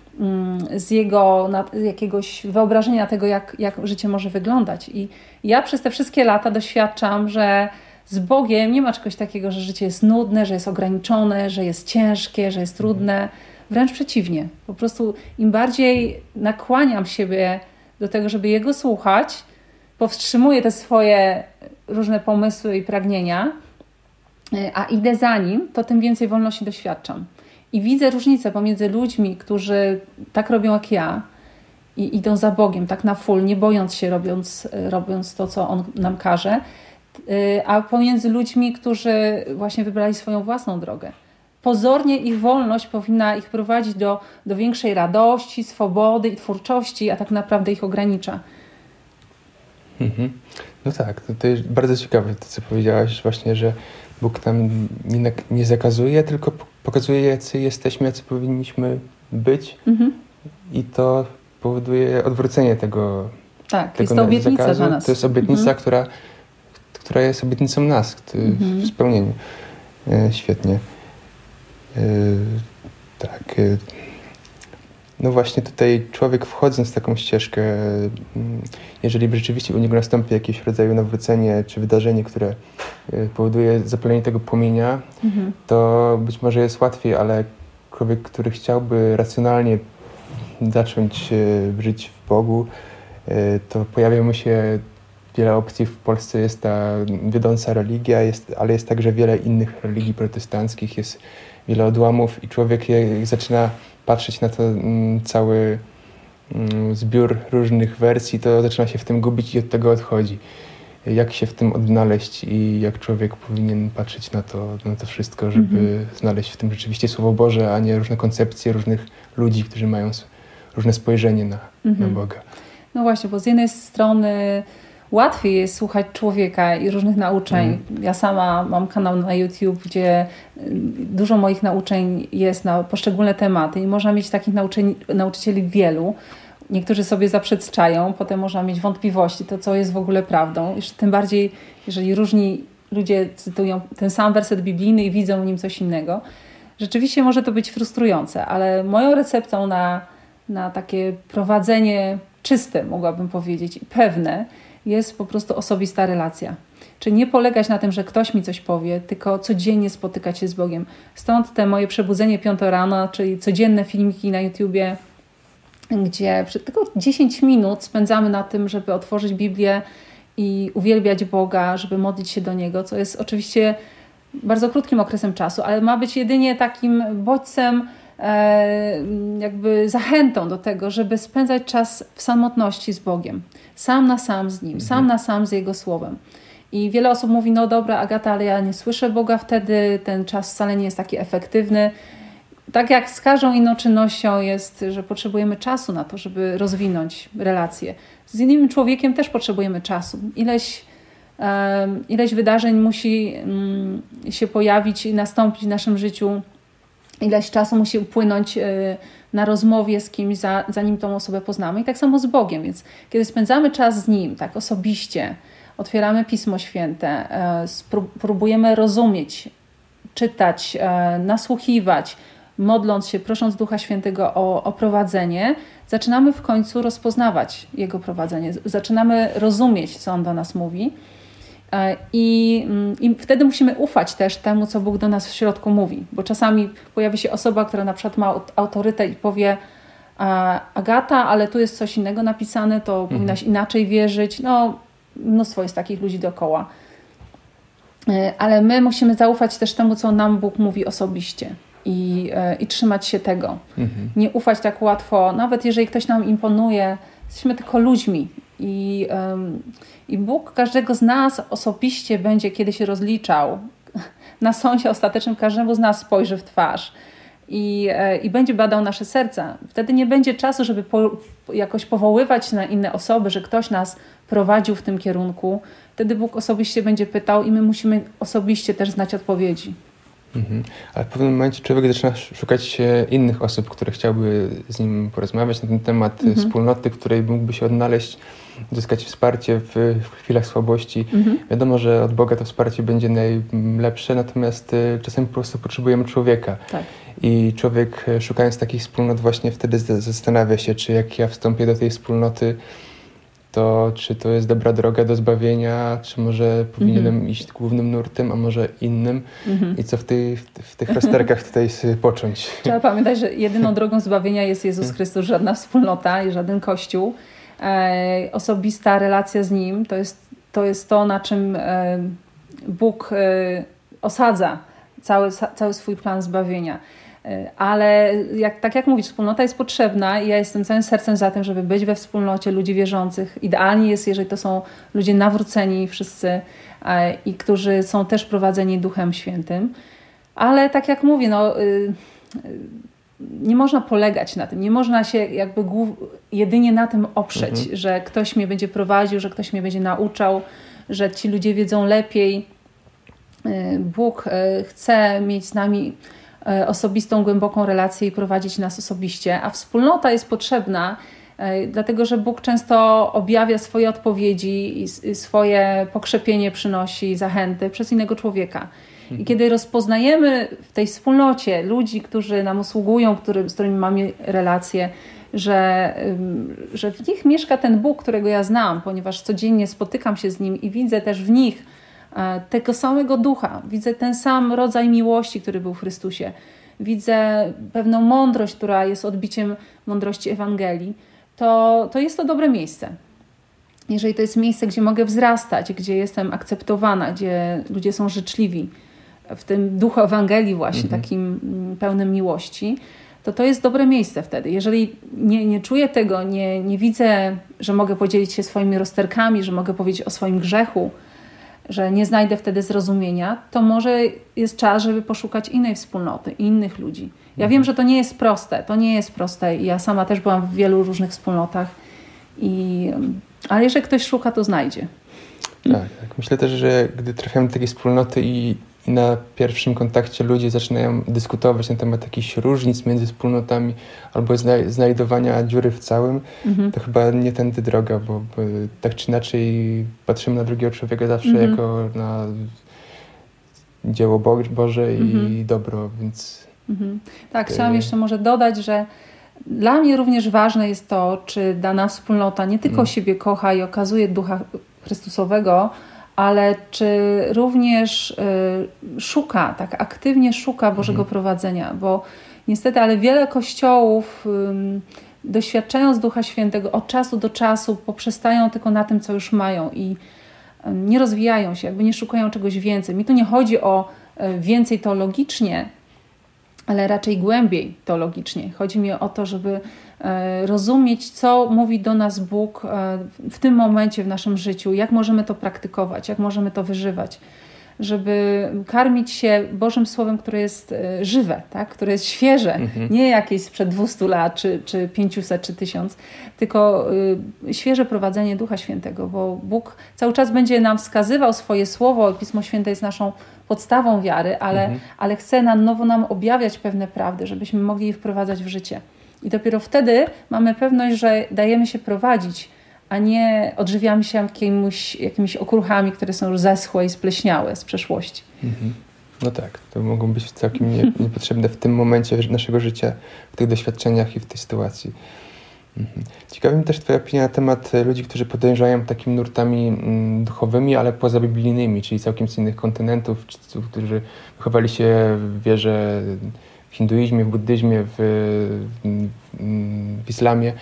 Speaker 1: z jego jakiegoś wyobrażenia tego, jak, jak życie może wyglądać. I ja przez te wszystkie lata doświadczam, że z Bogiem nie ma czegoś takiego, że życie jest nudne, że jest ograniczone, że jest ciężkie, że jest trudne. Wręcz przeciwnie. Po prostu im bardziej nakłaniam siebie do tego, żeby Jego słuchać, powstrzymuję te swoje różne pomysły i pragnienia, a idę za Nim, to tym więcej wolności doświadczam. I widzę różnicę pomiędzy ludźmi, którzy tak robią jak ja i idą za Bogiem, tak na full, nie bojąc się, robiąc, robiąc to, co On nam każe, a pomiędzy ludźmi, którzy właśnie wybrali swoją własną drogę. Pozornie ich wolność powinna ich prowadzić do, do większej radości, swobody i twórczości, a tak naprawdę ich ogranicza.
Speaker 3: Mhm. No tak, to, to jest bardzo ciekawe to, co powiedziałaś właśnie, że Bóg nam nie, nie zakazuje, tylko pokazuje, jacy jesteśmy, jacy powinniśmy być. Mhm. I to powoduje odwrócenie tego,
Speaker 1: tak,
Speaker 3: tego
Speaker 1: jest to obietnica
Speaker 3: zakazu.
Speaker 1: Dla nas.
Speaker 3: To jest obietnica, mhm. która, która jest obietnicą nas mhm. w spełnieniu. E, świetnie. E, tak. E, no właśnie tutaj człowiek, wchodząc w taką ścieżkę, jeżeli rzeczywiście u niego nastąpi jakieś rodzaju nawrócenie czy wydarzenie, które powoduje zapalenie tego płomienia, mhm. to być może jest łatwiej, ale człowiek, który chciałby racjonalnie zacząć żyć w Bogu, to pojawia mu się wiele opcji. W Polsce jest ta wiodąca religia, jest, ale jest także wiele innych religii protestanckich, jest wiele odłamów i człowiek je, zaczyna patrzeć na to m, cały m, zbiór różnych wersji, to zaczyna się w tym gubić i od tego odchodzi. Jak się w tym odnaleźć i jak człowiek powinien patrzeć na to, na to wszystko, żeby mm-hmm. znaleźć w tym rzeczywiście Słowo Boże, a nie różne koncepcje różnych ludzi, którzy mają różne spojrzenie na, mm-hmm. na Boga.
Speaker 1: No właśnie, bo z jednej strony łatwiej jest słuchać człowieka i różnych nauczeń. Mm. Ja sama mam kanał na YouTube, gdzie dużo moich nauczeń jest na poszczególne tematy i można mieć takich nauczeń, nauczycieli wielu. niektórzy sobie zaprzeczają, potem można mieć wątpliwości, to co jest w ogóle prawdą. Jeszcze tym bardziej, jeżeli różni ludzie cytują ten sam werset biblijny i widzą w nim coś innego. Rzeczywiście może to być frustrujące, ale moją receptą na, na takie prowadzenie czyste, mogłabym powiedzieć, i pewne, jest po prostu osobista relacja. Czyli nie polegać na tym, że ktoś mi coś powie, tylko codziennie spotykać się z Bogiem. Stąd te moje przebudzenie piąte rano, czyli codzienne filmiki na YouTubie, gdzie tylko dziesięć minut spędzamy na tym, żeby otworzyć Biblię i uwielbiać Boga, żeby modlić się do Niego, co jest oczywiście bardzo krótkim okresem czasu, ale ma być jedynie takim bodźcem, e, jakby zachętą do tego, żeby spędzać czas w samotności z Bogiem. Sam na sam z Nim, sam na sam z Jego Słowem. I wiele osób mówi, no dobra, Agata, ale ja nie słyszę Boga wtedy, ten czas wcale nie jest taki efektywny. Tak jak z każdą inną czynnością jest, że potrzebujemy czasu na to, żeby rozwinąć relacje. Z innym człowiekiem też potrzebujemy czasu. Ileś, um, ileś wydarzeń musi um, się pojawić i nastąpić w naszym życiu. Ileś czasu musi upłynąć y, na rozmowie z kimś, za, zanim tą osobę poznamy. I tak samo z Bogiem. Więc kiedy spędzamy czas z Nim, tak osobiście, otwieramy Pismo Święte, y, próbujemy rozumieć, czytać, y, nasłuchiwać, modląc się, prosząc Ducha Świętego o, o prowadzenie, zaczynamy w końcu rozpoznawać Jego prowadzenie. Zaczynamy rozumieć, co On do nas mówi. I, I wtedy musimy ufać też temu, co Bóg do nas w środku mówi. Bo czasami pojawi się osoba, która na przykład ma autorytet i powie: Agata, ale tu jest coś innego napisane, to mhm. powinnaś inaczej wierzyć. No, mnóstwo jest takich ludzi dookoła. Ale my musimy zaufać też temu, co nam Bóg mówi osobiście. I, i trzymać się tego. Mhm. Nie ufać tak łatwo, nawet jeżeli ktoś nam imponuje, jesteśmy tylko ludźmi i, um, i Bóg każdego z nas osobiście będzie kiedyś rozliczał. Na sądzie ostatecznym każdemu z nas spojrzy w twarz i, i będzie badał nasze serca. Wtedy nie będzie czasu, żeby po, jakoś powoływać na inne osoby, że ktoś nas prowadził w tym kierunku. Wtedy Bóg osobiście będzie pytał i my musimy osobiście też znać odpowiedzi.
Speaker 3: Mhm. Ale w pewnym momencie człowiek zaczyna szukać innych osób, które chciałby z nim porozmawiać na ten temat, mhm. wspólnoty, w której mógłby się odnaleźć, uzyskać wsparcie w, w chwilach słabości. Mhm. Wiadomo, że od Boga to wsparcie będzie najlepsze, natomiast czasem po prostu potrzebujemy człowieka. Tak. I człowiek, szukając takich wspólnot, właśnie wtedy zastanawia się, czy jak ja wstąpię do tej wspólnoty, to czy to jest dobra droga do zbawienia, czy może powinienem mm-hmm. iść głównym nurtem, a może innym mm-hmm. i co w, tej, w, w tych rozterkach tutaj począć.
Speaker 1: Trzeba pamiętać, że jedyną drogą zbawienia jest Jezus Chrystus, żadna wspólnota i żaden Kościół. E, osobista relacja z Nim to jest to, jest to na czym e, Bóg e, osadza cały, cały swój plan zbawienia. Ale jak, tak jak mówisz, wspólnota jest potrzebna i ja jestem całym sercem za tym, żeby być we wspólnocie ludzi wierzących. Idealnie jest, jeżeli to są ludzie nawróceni wszyscy i którzy są też prowadzeni Duchem Świętym. Ale tak jak mówię, no, nie można polegać na tym, nie można się jakby głów, jedynie na tym oprzeć, mhm. że ktoś mnie będzie prowadził, że ktoś mnie będzie nauczał, że ci ludzie wiedzą lepiej. Bóg chce mieć z nami osobistą, głęboką relację i prowadzić nas osobiście, a wspólnota jest potrzebna, dlatego że Bóg często objawia swoje odpowiedzi i swoje pokrzepienie przynosi, zachęty przez innego człowieka. I kiedy rozpoznajemy w tej wspólnocie ludzi, którzy nam usługują, który, z którymi mamy relacje, że, że w nich mieszka ten Bóg, którego ja znam, ponieważ codziennie spotykam się z Nim i widzę też w nich tego samego ducha. Widzę ten sam rodzaj miłości, który był w Chrystusie. Widzę pewną mądrość, która jest odbiciem mądrości Ewangelii. To, to jest to dobre miejsce. Jeżeli to jest miejsce, gdzie mogę wzrastać, gdzie jestem akceptowana, gdzie ludzie są życzliwi, w tym duchu Ewangelii właśnie, mhm. takim pełnym miłości, to to jest dobre miejsce wtedy. Jeżeli nie, nie czuję tego, nie, nie widzę, że mogę podzielić się swoimi rozterkami, że mogę powiedzieć o swoim grzechu, że nie znajdę wtedy zrozumienia, to może jest czas, żeby poszukać innej wspólnoty, innych ludzi. Ja wiem, że to nie jest proste, to nie jest proste i ja sama też byłam w wielu różnych wspólnotach, i, ale jeżeli ktoś szuka, to znajdzie.
Speaker 3: Tak, tak. Myślę też, że gdy trafiamy do takiej wspólnoty i i na pierwszym kontakcie ludzie zaczynają dyskutować na temat jakichś różnic między wspólnotami albo zna- znajdowania dziury w całym, mhm. to chyba nie tędy droga, bo, bo tak czy inaczej patrzymy na drugiego człowieka zawsze mhm. jako na dzieło Bo- Boże mhm. i dobro, więc...
Speaker 1: Mhm. Tak, chciałam jeszcze może dodać, że dla mnie również ważne jest to, czy dana wspólnota nie tylko mhm. siebie kocha i okazuje Ducha Chrystusowego, ale czy również y, szuka, tak aktywnie szuka Bożego mhm. prowadzenia, bo niestety, ale wiele kościołów y, doświadczając Ducha Świętego od czasu do czasu poprzestają tylko na tym, co już mają i y, nie rozwijają się, jakby nie szukają czegoś więcej. Mi tu nie chodzi o y, więcej teologicznie, ale raczej głębiej teologicznie. Chodzi mi o to, żeby e, rozumieć, co mówi do nas Bóg e, w tym momencie w naszym życiu, jak możemy to praktykować, jak możemy to wyżywać, żeby karmić się Bożym Słowem, które jest e, żywe, tak? Które jest świeże, mhm. nie jakieś sprzed dwustu lat, czy, czy pięciuset, czy tysiąc, tylko e, świeże prowadzenie Ducha Świętego, bo Bóg cały czas będzie nam wskazywał swoje Słowo i Pismo Święte jest naszą podstawą wiary, ale, mhm. ale chce na nowo nam objawiać pewne prawdy, żebyśmy mogli je wprowadzać w życie. I dopiero wtedy mamy pewność, że dajemy się prowadzić, a nie odżywiamy się jakimiś, jakimiś okruchami, które są już zeschłe i spleśniałe z przeszłości.
Speaker 3: Mhm. No tak, to mogą być całkiem nie, niepotrzebne w tym momencie naszego życia, w tych doświadczeniach i w tej sytuacji. Mhm. Ciekawi mnie też twoja opinia na temat ludzi, którzy podążają takimi nurtami mm, duchowymi, ale pozabiblijnymi, czyli całkiem z innych kontynentów, czy, którzy wychowali się w wierze w hinduizmie, w buddyzmie, w, w, w islamie.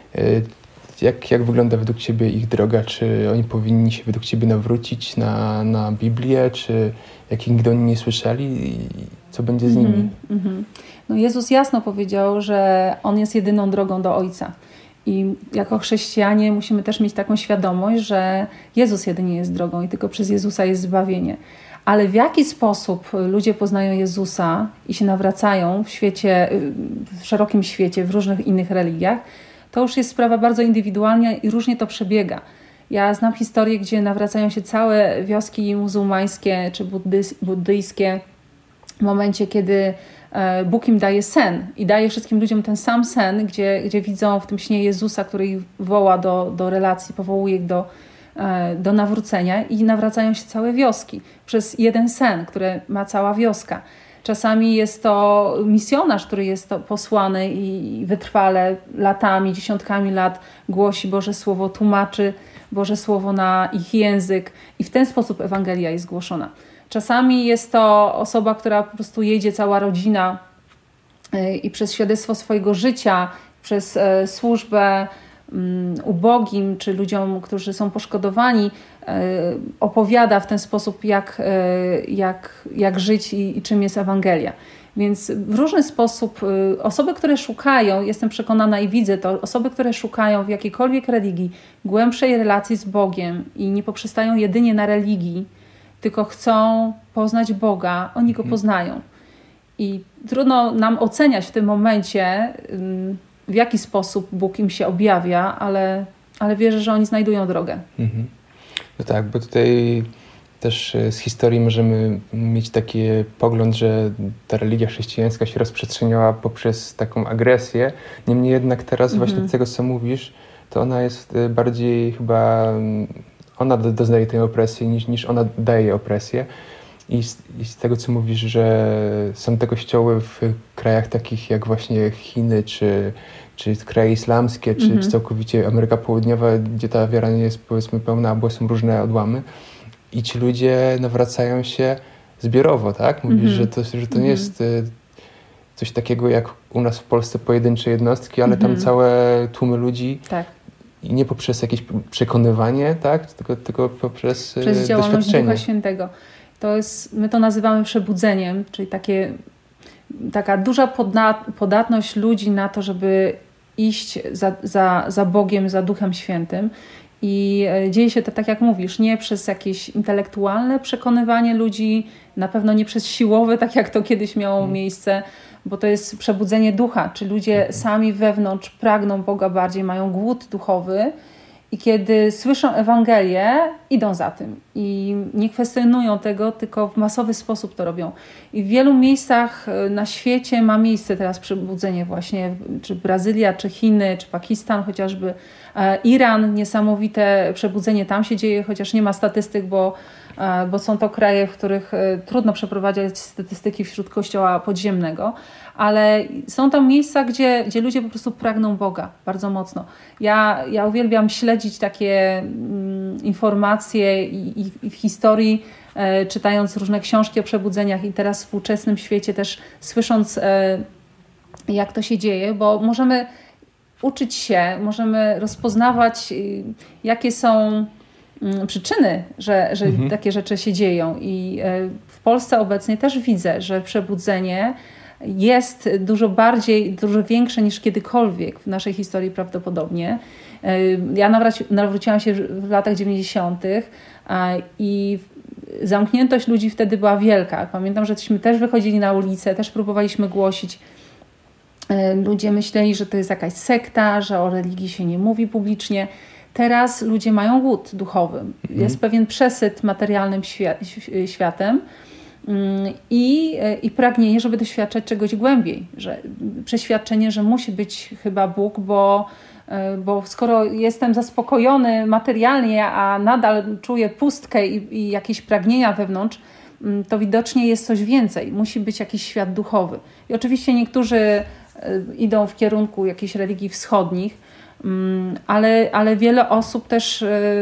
Speaker 3: Jak, jak wygląda według ciebie ich droga? Czy oni powinni się według ciebie nawrócić na, na Biblię? Czy jak nigdy oni nie słyszeli? Co będzie z nimi?
Speaker 1: Mm-hmm. No Jezus jasno powiedział, że On jest jedyną drogą do Ojca. I jako chrześcijanie musimy też mieć taką świadomość, że Jezus jedynie jest drogą i tylko przez Jezusa jest zbawienie. Ale w jaki sposób ludzie poznają Jezusa i się nawracają w świecie, w szerokim świecie, w różnych innych religiach, to już jest sprawa bardzo indywidualna i różnie to przebiega. Ja znam historię, gdzie nawracają się całe wioski muzułmańskie czy buddys- buddyjskie w momencie, kiedy Bóg im daje sen i daje wszystkim ludziom ten sam sen, gdzie, gdzie widzą w tym śnie Jezusa, który ich woła do, do relacji, powołuje ich do, do nawrócenia i nawracają się całe wioski przez jeden sen, który ma cała wioska. Czasami jest to misjonarz, który jest to posłany i wytrwale latami, dziesiątkami lat głosi Boże Słowo, tłumaczy Boże Słowo na ich język i w ten sposób Ewangelia jest głoszona. Czasami jest to osoba, która po prostu jedzie, cała rodzina i przez świadectwo swojego życia, przez służbę ubogim czy ludziom, którzy są poszkodowani, opowiada w ten sposób, jak, jak, jak żyć i, i czym jest Ewangelia. Więc w różny sposób osoby, które szukają, jestem przekonana i widzę to, osoby, które szukają w jakiejkolwiek religii głębszej relacji z Bogiem i nie poprzestają jedynie na religii, tylko chcą poznać Boga, oni Go poznają. I trudno nam oceniać w tym momencie, w jaki sposób Bóg im się objawia, ale, ale wierzę, że oni znajdują drogę.
Speaker 3: Mhm. No tak, bo tutaj też z historii możemy mieć taki pogląd, że ta religia chrześcijańska się rozprzestrzeniała poprzez taką agresję. Niemniej jednak teraz mhm. właśnie z tego, co mówisz, to ona jest bardziej chyba... Ona doznaje tej opresji niż, niż ona daje opresję. I z, I z tego, co mówisz, że są te kościoły w krajach takich jak właśnie Chiny, czy, czy kraje islamskie, czy, mm-hmm. czy całkowicie Ameryka Południowa, gdzie ta wiara nie jest powiedzmy pełna, bo są różne odłamy. I ci ludzie nawracają się zbiorowo, tak? Mówisz, mm-hmm. że to, że to nie mm-hmm. jest coś takiego jak u nas w Polsce pojedyncze jednostki, ale mm-hmm. tam całe tłumy ludzi. Tak. I nie poprzez jakieś przekonywanie, tak? tylko, tylko poprzez
Speaker 1: Przez działalność Ducha Świętego. To jest, my to nazywamy przebudzeniem, czyli takie, taka duża podatność ludzi na to, żeby iść za, za, za Bogiem, za Duchem Świętym. I dzieje się to tak, jak mówisz, nie przez jakieś intelektualne przekonywanie ludzi, na pewno nie przez siłowe, tak jak to kiedyś miało hmm. miejsce, bo to jest przebudzenie ducha, czy ludzie sami wewnątrz pragną Boga bardziej, mają głód duchowy i kiedy słyszą Ewangelię, idą za tym i nie kwestionują tego, tylko w masowy sposób to robią. I w wielu miejscach na świecie ma miejsce teraz przebudzenie właśnie, czy Brazylia, czy Chiny, czy Pakistan chociażby, Iran, niesamowite przebudzenie tam się dzieje, chociaż nie ma statystyk, bo, bo są to kraje, w których trudno przeprowadzać statystyki wśród kościoła podziemnego, ale są tam miejsca, gdzie, gdzie ludzie po prostu pragną Boga bardzo mocno. Ja, ja uwielbiam śledzić takie mm, informacje i, i, i w historii, e, czytając różne książki o przebudzeniach i teraz w współczesnym świecie też słysząc, e, jak to się dzieje, bo możemy uczyć się, możemy rozpoznawać, jakie są przyczyny, że, że mhm. takie rzeczy się dzieją. I w Polsce obecnie też widzę, że przebudzenie jest dużo bardziej, dużo większe niż kiedykolwiek w naszej historii prawdopodobnie. Ja nawraci, nawróciłam się w latach dziewięćdziesiątych i zamkniętość ludzi wtedy była wielka. Pamiętam, żeśmy też wychodzili na ulicę, też próbowaliśmy głosić. Ludzie myśleli, że to jest jakaś sekta, że o religii się nie mówi publicznie. Teraz ludzie mają głód duchowy. Mhm. Jest pewien przesyt materialnym światem i, i pragnienie, żeby doświadczać czegoś głębiej. Że, przeświadczenie, że musi być chyba Bóg, bo, bo skoro jestem zaspokojony materialnie, a nadal czuję pustkę i, i jakieś pragnienia wewnątrz, to widocznie jest coś więcej. Musi być jakiś świat duchowy. I oczywiście niektórzy idą w kierunku jakichś religii wschodnich, ale, ale wiele osób też,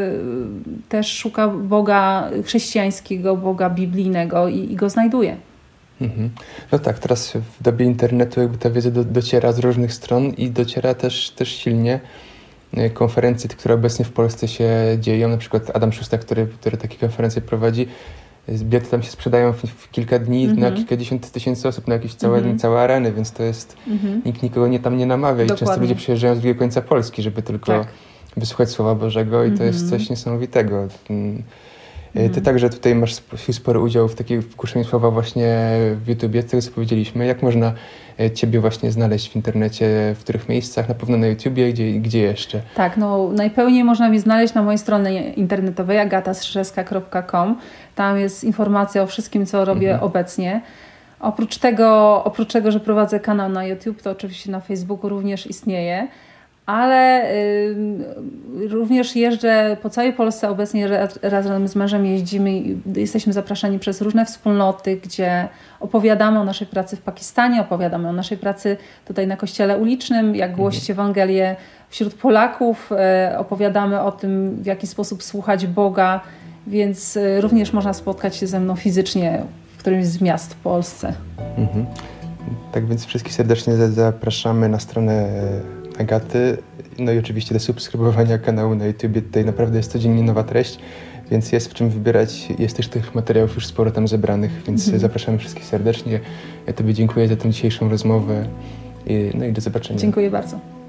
Speaker 1: też szuka Boga chrześcijańskiego, Boga biblijnego i, i go znajduje.
Speaker 3: Mhm. No tak, teraz w dobie internetu jakby ta wiedza do, dociera z różnych stron i dociera też, też silnie. Konferencje, które obecnie w Polsce się dzieją, na przykład Adam Szóstak, który, który takie konferencje prowadzi, bilety tam się sprzedają w, w kilka dni mm-hmm. na kilkadziesiąt tysięcy osób, na jakieś całe, mm-hmm. całe areny, więc to jest, mm-hmm. nikt nikogo nie, tam nie namawia. Dokładnie. I często ludzie przyjeżdżają z drugiego końca Polski, żeby tylko tak. wysłuchać Słowa Bożego i mm-hmm. to jest coś niesamowitego. Mm-hmm. Ty także tutaj masz spory udział w takim wkuszeniu słowa właśnie w YouTubie, z tego co powiedzieliśmy. Jak można Ciebie właśnie znaleźć w internecie, w których miejscach? Na pewno na YouTubie, gdzie, gdzie jeszcze?
Speaker 1: Tak, no najpełniej można mnie znaleźć na mojej stronie internetowej agata strzeżewska kropka com. Tam jest informacja o wszystkim, co robię mhm. obecnie. Oprócz tego, oprócz tego, że prowadzę kanał na YouTube, to oczywiście na Facebooku również istnieje. Ale y, również jeżdżę po całej Polsce obecnie, razem z mężem jeździmy i jesteśmy zapraszani przez różne wspólnoty, gdzie opowiadamy o naszej pracy w Pakistanie, opowiadamy o naszej pracy tutaj na kościele ulicznym, jak głosić Ewangelię wśród Polaków, y, opowiadamy o tym, w jaki sposób słuchać Boga, więc y, również można spotkać się ze mną fizycznie w którymś z miast w Polsce.
Speaker 3: Mhm. Tak więc wszystkich serdecznie zapraszamy na stronę Agaty, no i oczywiście do subskrybowania kanału na YouTubie. Tutaj naprawdę jest codziennie nowa treść, więc jest w czym wybierać. Jest też tych materiałów już sporo tam zebranych, więc mm-hmm. zapraszamy wszystkich serdecznie. Ja Tobie dziękuję za tę dzisiejszą rozmowę. I, no i do zobaczenia.
Speaker 1: Dziękuję bardzo.